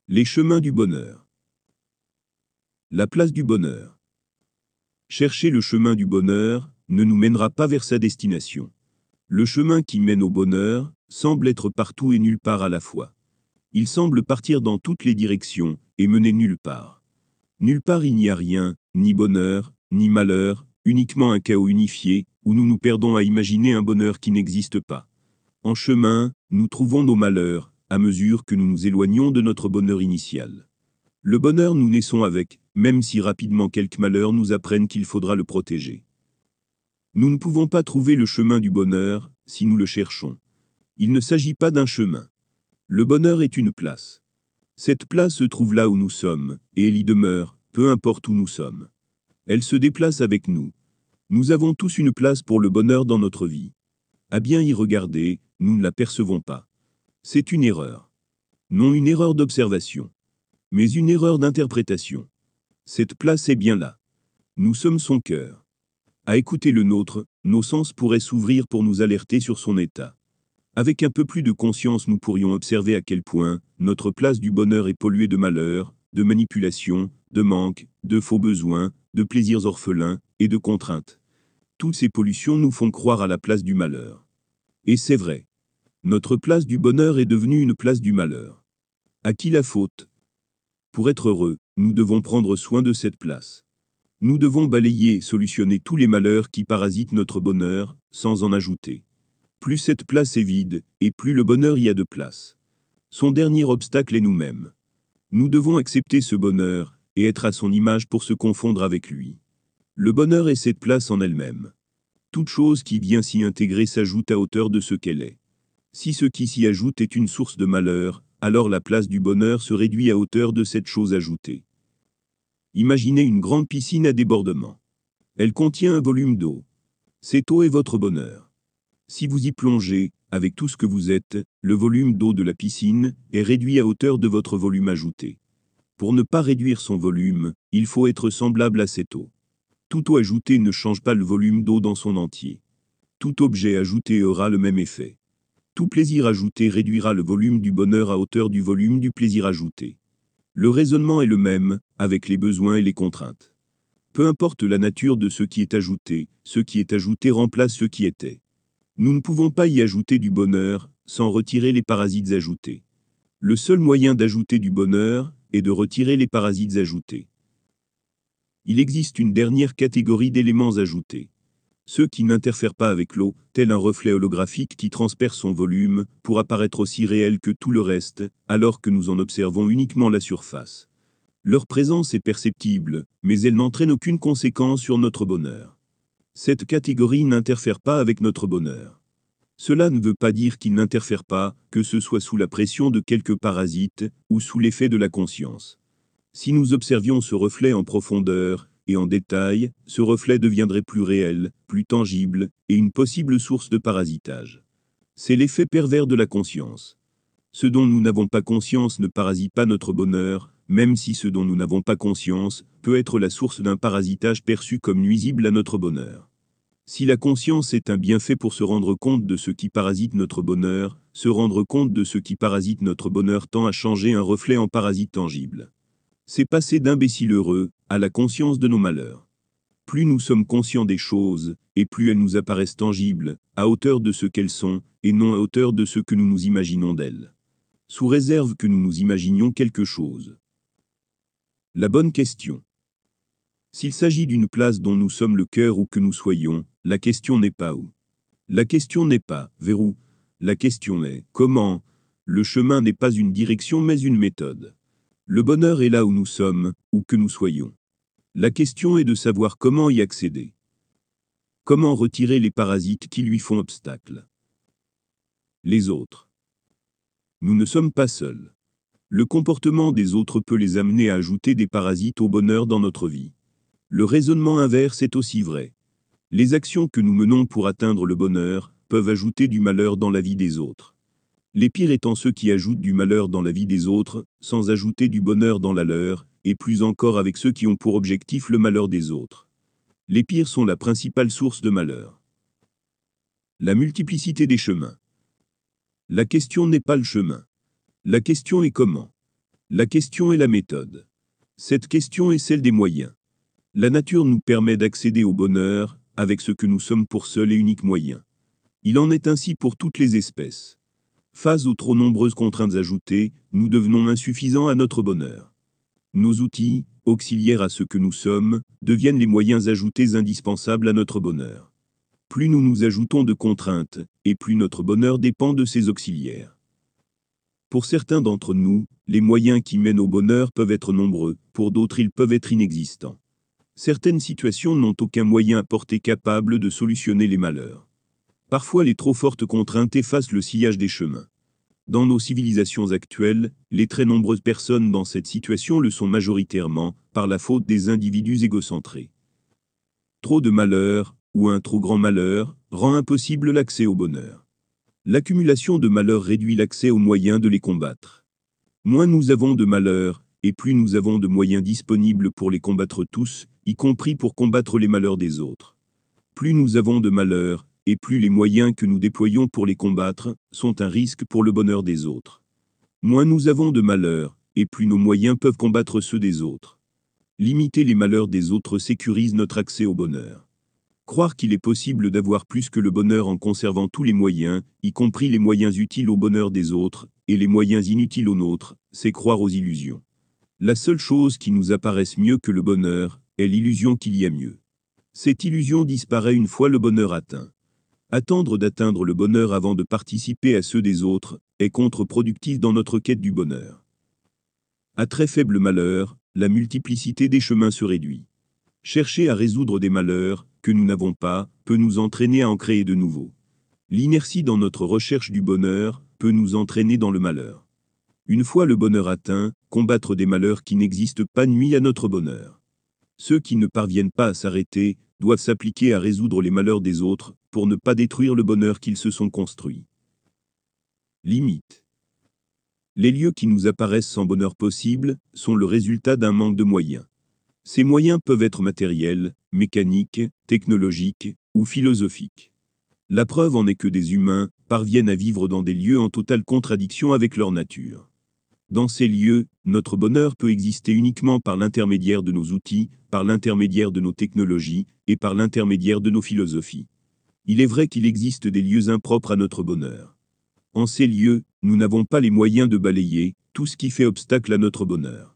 Les chemins du bonheur. La place du bonheur. Chercher le chemin du bonheur ne nous mènera pas vers sa destination. Le chemin qui mène au bonheur semble être partout et nulle part à la fois. Il semble partir dans toutes les directions et mener nulle part. Nulle part il n'y a rien, ni bonheur, ni malheur, uniquement un chaos unifié, où nous nous perdons à imaginer un bonheur qui n'existe pas. En chemin, nous trouvons nos malheurs, à mesure que nous nous éloignons de notre bonheur initial. Le bonheur nous naissons avec, même si rapidement quelques malheurs nous apprennent qu'il faudra le protéger. Nous ne pouvons pas trouver le chemin du bonheur, si nous le cherchons. Il ne s'agit pas d'un chemin. Le bonheur est une place. Cette place se trouve là où nous sommes, et elle y demeure, peu importe où nous sommes. Elle se déplace avec nous. Nous avons tous une place pour le bonheur dans notre vie. À bien y regarder, nous ne la percevons pas. C'est une erreur. Non une erreur d'observation, mais une erreur d'interprétation. Cette place est bien là. Nous sommes son cœur. À écouter le nôtre, nos sens pourraient s'ouvrir pour nous alerter sur son état. Avec un peu plus de conscience, nous pourrions observer à quel point notre place du bonheur est polluée de malheur, de manipulation, de manque, de faux besoins, de plaisirs orphelins et de contraintes. Toutes ces pollutions nous font croire à la place du malheur. Et c'est vrai. Notre place du bonheur est devenue une place du malheur. À qui la faute? Pour être heureux, nous devons prendre soin de cette place. Nous devons balayer et solutionner tous les malheurs qui parasitent notre bonheur, sans en ajouter. Plus cette place est vide, et plus le bonheur y a de place. Son dernier obstacle est nous-mêmes. Nous devons accepter ce bonheur, et être à son image pour se confondre avec lui. Le bonheur est cette place en elle-même. Toute chose qui vient s'y intégrer s'ajoute à hauteur de ce qu'elle est. Si ce qui s'y ajoute est une source de malheur, alors la place du bonheur se réduit à hauteur de cette chose ajoutée. Imaginez une grande piscine à débordement. Elle contient un volume d'eau. Cette eau est votre bonheur. Si vous y plongez, avec tout ce que vous êtes, le volume d'eau de la piscine est réduit à hauteur de votre volume ajouté. Pour ne pas réduire son volume, il faut être semblable à cette eau. Toute eau ajoutée ne change pas le volume d'eau dans son entier. Tout objet ajouté aura le même effet. Tout plaisir ajouté réduira le volume du bonheur à hauteur du volume du plaisir ajouté. Le raisonnement est le même, avec les besoins et les contraintes. Peu importe la nature de ce qui est ajouté remplace ce qui était. Nous ne pouvons pas y ajouter du bonheur, sans retirer les parasites ajoutés. Le seul moyen d'ajouter du bonheur est de retirer les parasites ajoutés. Il existe une dernière catégorie d'éléments ajoutés. Ceux qui n'interfèrent pas avec l'eau, tel un reflet holographique qui transperce son volume, pour apparaître aussi réel que tout le reste, alors que nous en observons uniquement la surface. Leur présence est perceptible, mais elle n'entraîne aucune conséquence sur notre bonheur. Cette catégorie n'interfère pas avec notre bonheur. Cela ne veut pas dire qu'il n'interfère pas, que ce soit sous la pression de quelques parasites, ou sous l'effet de la conscience. Si nous observions ce reflet en profondeur, et en détail, ce reflet deviendrait plus réel, plus tangible, et une possible source de parasitage. C'est l'effet pervers de la conscience. Ce dont nous n'avons pas conscience ne parasite pas notre bonheur, même si ce dont nous n'avons pas conscience peut être la source d'un parasitage perçu comme nuisible à notre bonheur. Si la conscience est un bienfait pour se rendre compte de ce qui parasite notre bonheur, se rendre compte de ce qui parasite notre bonheur tend à changer un reflet en parasite tangible. C'est passer d'imbécile heureux à la conscience de nos malheurs. Plus nous sommes conscients des choses, et plus elles nous apparaissent tangibles, à hauteur de ce qu'elles sont, et non à hauteur de ce que nous nous imaginons d'elles. Sous réserve que nous nous imaginions quelque chose. La bonne question. S'il s'agit d'une place dont nous sommes le cœur ou que nous soyons, la question n'est pas où. La question n'est pas vers où. La question est comment. Le chemin n'est pas une direction mais une méthode. Le bonheur est là où nous sommes, où que nous soyons. La question est de savoir comment y accéder. Comment retirer les parasites qui lui font obstacle. Les autres. Nous ne sommes pas seuls. Le comportement des autres peut les amener à ajouter des parasites au bonheur dans notre vie. Le raisonnement inverse est aussi vrai. Les actions que nous menons pour atteindre le bonheur peuvent ajouter du malheur dans la vie des autres. Les pires étant ceux qui ajoutent du malheur dans la vie des autres, sans ajouter du bonheur dans la leur, et plus encore avec ceux qui ont pour objectif le malheur des autres. Les pires sont la principale source de malheur. La multiplicité des chemins. La question n'est pas le chemin. La question est comment. La question est la méthode. Cette question est celle des moyens. La nature nous permet d'accéder au bonheur, avec ce que nous sommes pour seul et unique moyen. Il en est ainsi pour toutes les espèces. Face aux trop nombreuses contraintes ajoutées, nous devenons insuffisants à notre bonheur. Nos outils, auxiliaires à ce que nous sommes, deviennent les moyens ajoutés indispensables à notre bonheur. Plus nous nous ajoutons de contraintes, et plus notre bonheur dépend de ces auxiliaires. Pour certains d'entre nous, les moyens qui mènent au bonheur peuvent être nombreux, pour d'autres ils peuvent être inexistants. Certaines situations n'ont aucun moyen à portée capable de solutionner les malheurs. Parfois les trop fortes contraintes effacent le sillage des chemins. Dans nos civilisations actuelles, les très nombreuses personnes dans cette situation le sont majoritairement, par la faute des individus égocentrés. Trop de malheurs, ou un trop grand malheur, rend impossible l'accès au bonheur. L'accumulation de malheurs réduit l'accès aux moyens de les combattre. Moins nous avons de malheurs, et plus nous avons de moyens disponibles pour les combattre tous, y compris pour combattre les malheurs des autres. Plus nous avons de malheurs, et plus les moyens que nous déployons pour les combattre sont un risque pour le bonheur des autres. Moins nous avons de malheurs, et plus nos moyens peuvent combattre ceux des autres. Limiter les malheurs des autres sécurise notre accès au bonheur. Croire qu'il est possible d'avoir plus que le bonheur en conservant tous les moyens, y compris les moyens utiles au bonheur des autres, et les moyens inutiles aux nôtres, c'est croire aux illusions. La seule chose qui nous apparaisse mieux que le bonheur, est l'illusion qu'il y a mieux. Cette illusion disparaît une fois le bonheur atteint. Attendre d'atteindre le bonheur avant de participer à ceux des autres, est contre-productif dans notre quête du bonheur. À très faible malheur, la multiplicité des chemins se réduit. Chercher à résoudre des malheurs, que nous n'avons pas, peut nous entraîner à en créer de nouveaux. L'inertie dans notre recherche du bonheur, peut nous entraîner dans le malheur. Une fois le bonheur atteint, combattre des malheurs qui n'existent pas nuit à notre bonheur. Ceux qui ne parviennent pas à s'arrêter, doivent s'appliquer à résoudre les malheurs des autres, pour ne pas détruire le bonheur qu'ils se sont construits. Limite. Les lieux qui nous apparaissent sans bonheur possible, sont le résultat d'un manque de moyens. Ces moyens peuvent être matériels, mécaniques, technologiques, ou philosophiques. La preuve en est que des humains parviennent à vivre dans des lieux en totale contradiction avec leur nature. Dans ces lieux, notre bonheur peut exister uniquement par l'intermédiaire de nos outils, par l'intermédiaire de nos technologies, et par l'intermédiaire de nos philosophies. Il est vrai qu'il existe des lieux impropres à notre bonheur. En ces lieux, nous n'avons pas les moyens de balayer tout ce qui fait obstacle à notre bonheur.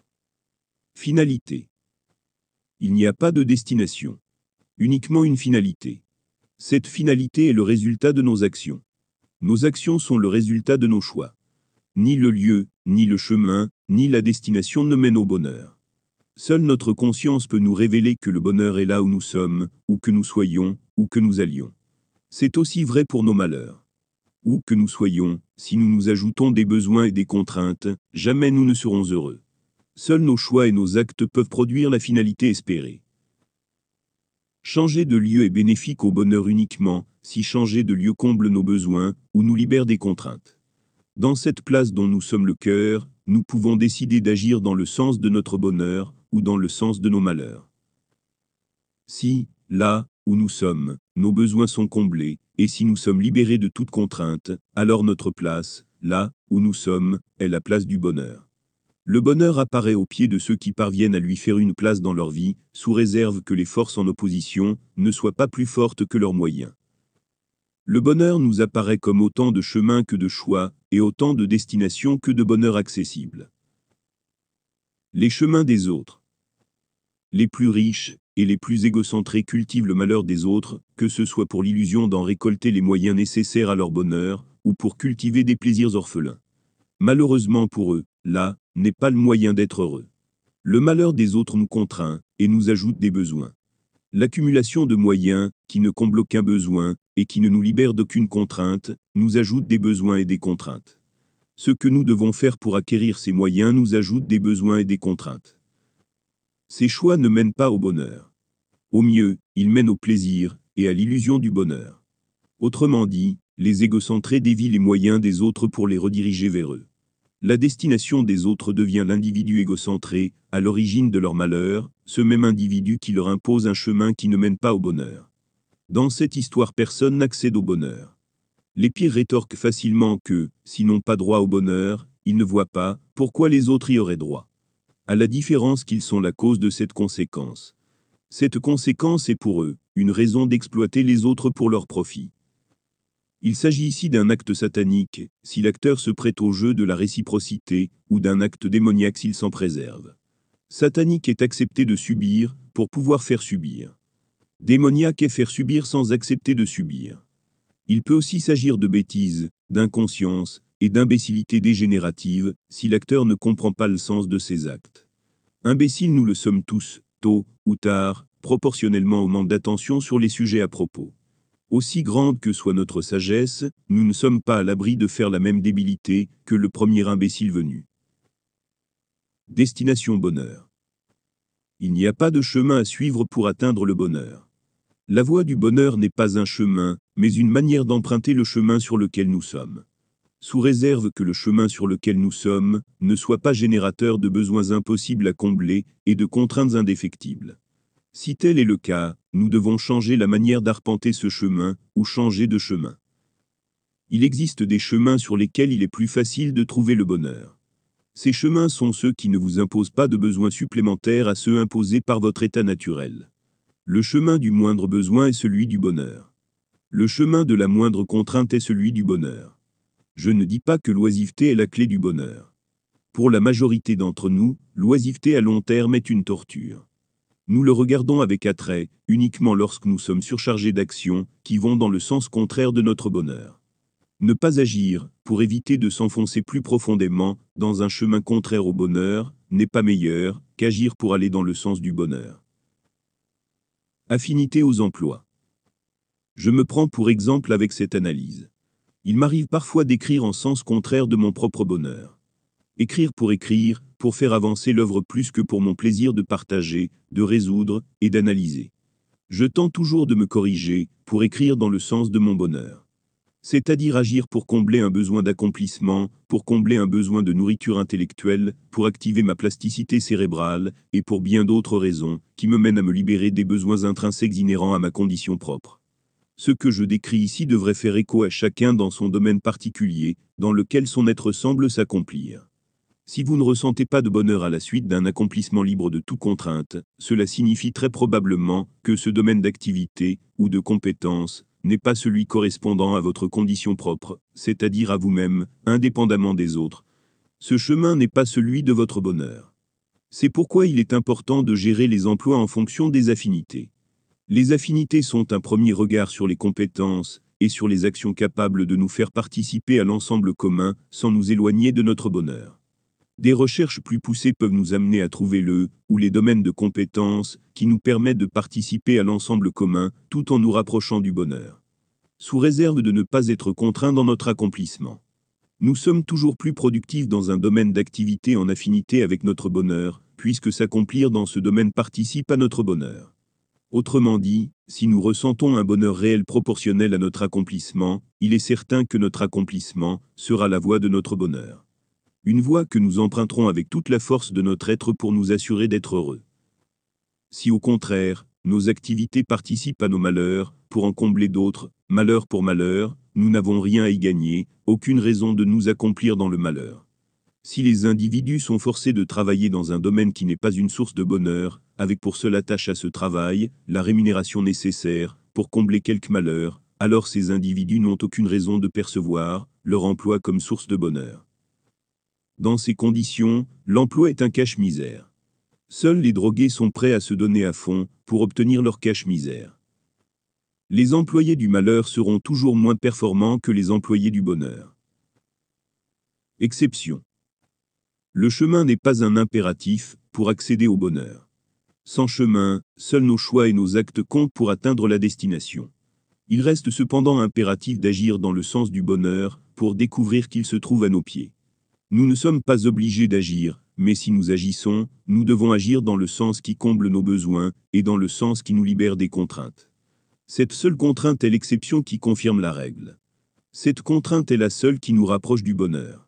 Finalité. Il n'y a pas de destination. Uniquement une finalité. Cette finalité est le résultat de nos actions. Nos actions sont le résultat de nos choix. Ni le lieu, ni le chemin, ni la destination ne mènent au bonheur. Seule notre conscience peut nous révéler que le bonheur est là où nous sommes, où que nous soyons, où que nous allions. C'est aussi vrai pour nos malheurs. Où que nous soyons, si nous nous ajoutons des besoins et des contraintes, jamais nous ne serons heureux. Seuls nos choix et nos actes peuvent produire la finalité espérée. Changer de lieu est bénéfique au bonheur uniquement, si changer de lieu comble nos besoins, ou nous libère des contraintes. Dans cette place dont nous sommes le cœur, nous pouvons décider d'agir dans le sens de notre bonheur, ou dans le sens de nos malheurs. Si, là, où nous sommes, nos besoins sont comblés, et si nous sommes libérés de toute contrainte, alors notre place, là, où nous sommes, est la place du bonheur. Le bonheur apparaît aux pieds de ceux qui parviennent à lui faire une place dans leur vie, sous réserve que les forces en opposition ne soient pas plus fortes que leurs moyens. Le bonheur nous apparaît comme autant de chemins que de choix, et autant de destinations que de bonheur accessible. Les chemins des autres. Les plus riches et les plus égocentrés cultivent le malheur des autres, que ce soit pour l'illusion d'en récolter les moyens nécessaires à leur bonheur, ou pour cultiver des plaisirs orphelins. Malheureusement pour eux, là, n'est pas le moyen d'être heureux. Le malheur des autres nous contraint, et nous ajoute des besoins. L'accumulation de moyens, qui ne comble aucun besoin, et qui ne nous libère d'aucune contrainte, nous ajoute des besoins et des contraintes. Ce que nous devons faire pour acquérir ces moyens nous ajoute des besoins et des contraintes. Ces choix ne mènent pas au bonheur. Au mieux, ils mènent au plaisir, et à l'illusion du bonheur. Autrement dit, les égocentrés dévient les moyens des autres pour les rediriger vers eux. La destination des autres devient l'individu égocentré, à l'origine de leur malheur, ce même individu qui leur impose un chemin qui ne mène pas au bonheur. Dans cette histoire, personne n'accède au bonheur. Les pires rétorquent facilement que, s'ils n'ont pas droit au bonheur, ils ne voient pas pourquoi les autres y auraient droit. À la différence qu'ils sont la cause de cette conséquence. Cette conséquence est pour eux une raison d'exploiter les autres pour leur profit. Il s'agit ici d'un acte satanique, si l'acteur se prête au jeu de la réciprocité, ou d'un acte démoniaque s'il s'en préserve. Satanique est accepter de subir, pour pouvoir faire subir. Démoniaque est faire subir sans accepter de subir. Il peut aussi s'agir de bêtise, d'inconscience, et d'imbécilité dégénérative, si l'acteur ne comprend pas le sens de ses actes. Imbéciles nous le sommes tous, tôt ou tard, proportionnellement au manque d'attention sur les sujets à propos. Aussi grande que soit notre sagesse, nous ne sommes pas à l'abri de faire la même débilité que le premier imbécile venu. Destination bonheur. Il n'y a pas de chemin à suivre pour atteindre le bonheur. La voie du bonheur n'est pas un chemin, mais une manière d'emprunter le chemin sur lequel nous sommes. Sous réserve que le chemin sur lequel nous sommes ne soit pas générateur de besoins impossibles à combler et de contraintes indéfectibles. Si tel est le cas, nous devons changer la manière d'arpenter ce chemin, ou changer de chemin. Il existe des chemins sur lesquels il est plus facile de trouver le bonheur. Ces chemins sont ceux qui ne vous imposent pas de besoins supplémentaires à ceux imposés par votre état naturel. Le chemin du moindre besoin est celui du bonheur. Le chemin de la moindre contrainte est celui du bonheur. Je ne dis pas que l'oisiveté est la clé du bonheur. Pour la majorité d'entre nous, l'oisiveté à long terme est une torture. Nous le regardons avec attrait, uniquement lorsque nous sommes surchargés d'actions qui vont dans le sens contraire de notre bonheur. Ne pas agir, pour éviter de s'enfoncer plus profondément dans un chemin contraire au bonheur, n'est pas meilleur qu'agir pour aller dans le sens du bonheur. Affinité aux emplois. Je me prends pour exemple avec cette analyse. Il m'arrive parfois d'écrire en sens contraire de mon propre bonheur. Écrire, pour faire avancer l'œuvre plus que pour mon plaisir de partager, de résoudre et d'analyser. Je tente toujours de me corriger, pour écrire dans le sens de mon bonheur. C'est-à-dire agir pour combler un besoin d'accomplissement, pour combler un besoin de nourriture intellectuelle, pour activer ma plasticité cérébrale, et pour bien d'autres raisons, qui me mènent à me libérer des besoins intrinsèques inhérents à ma condition propre. Ce que je décris ici devrait faire écho à chacun dans son domaine particulier, dans lequel son être semble s'accomplir. Si vous ne ressentez pas de bonheur à la suite d'un accomplissement libre de toute contrainte, cela signifie très probablement que ce domaine d'activité, ou de compétence, n'est pas celui correspondant à votre condition propre, c'est-à-dire à vous-même, indépendamment des autres. Ce chemin n'est pas celui de votre bonheur. C'est pourquoi il est important de gérer les emplois en fonction des affinités. Les affinités sont un premier regard sur les compétences et sur les actions capables de nous faire participer à l'ensemble commun sans nous éloigner de notre bonheur. Des recherches plus poussées peuvent nous amener à trouver le ou les domaines de compétences qui nous permettent de participer à l'ensemble commun tout en nous rapprochant du bonheur. Sous réserve de ne pas être contraints dans notre accomplissement. Nous sommes toujours plus productifs dans un domaine d'activité en affinité avec notre bonheur, puisque s'accomplir dans ce domaine participe à notre bonheur. Autrement dit, si nous ressentons un bonheur réel proportionnel à notre accomplissement, il est certain que notre accomplissement sera la voie de notre bonheur. Une voie que nous emprunterons avec toute la force de notre être pour nous assurer d'être heureux. Si au contraire, nos activités participent à nos malheurs, pour en combler d'autres, malheur pour malheur, nous n'avons rien à y gagner, aucune raison de nous accomplir dans le malheur. Si les individus sont forcés de travailler dans un domaine qui n'est pas une source de bonheur, avec pour seule attache à ce travail, la rémunération nécessaire, pour combler quelques malheurs, alors ces individus n'ont aucune raison de percevoir leur emploi comme source de bonheur. Dans ces conditions, l'emploi est un cache-misère. Seuls les drogués sont prêts à se donner à fond pour obtenir leur cache-misère. Les employés du malheur seront toujours moins performants que les employés du bonheur. Exception. Le chemin n'est pas un impératif pour accéder au bonheur. Sans chemin, seuls nos choix et nos actes comptent pour atteindre la destination. Il reste cependant impératif d'agir dans le sens du bonheur pour découvrir qu'il se trouve à nos pieds. Nous ne sommes pas obligés d'agir, mais si nous agissons, nous devons agir dans le sens qui comble nos besoins et dans le sens qui nous libère des contraintes. Cette seule contrainte est l'exception qui confirme la règle. Cette contrainte est la seule qui nous rapproche du bonheur.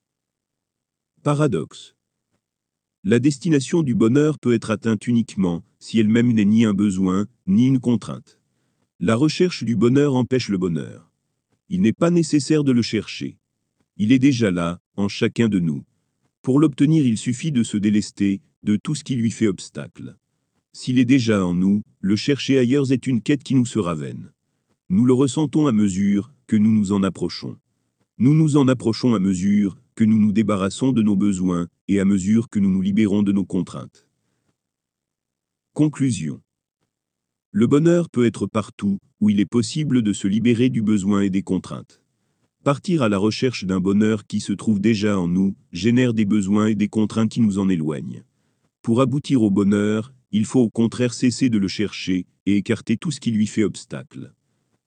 Paradoxe. La destination du bonheur peut être atteinte uniquement si elle-même n'est ni un besoin, ni une contrainte. La recherche du bonheur empêche le bonheur. Il n'est pas nécessaire de le chercher. Il est déjà là, en chacun de nous. Pour l'obtenir, il suffit de se délester de tout ce qui lui fait obstacle. S'il est déjà en nous, le chercher ailleurs est une quête qui nous sera vaine. Nous le ressentons à mesure que nous nous en approchons. Nous nous en approchons à mesure que nous nous débarrassons de nos besoins et à mesure que nous nous libérons de nos contraintes. Conclusion. Le bonheur peut être partout où il est possible de se libérer du besoin et des contraintes. Partir à la recherche d'un bonheur qui se trouve déjà en nous génère des besoins et des contraintes qui nous en éloignent. Pour aboutir au bonheur, il faut au contraire cesser de le chercher et écarter tout ce qui lui fait obstacle.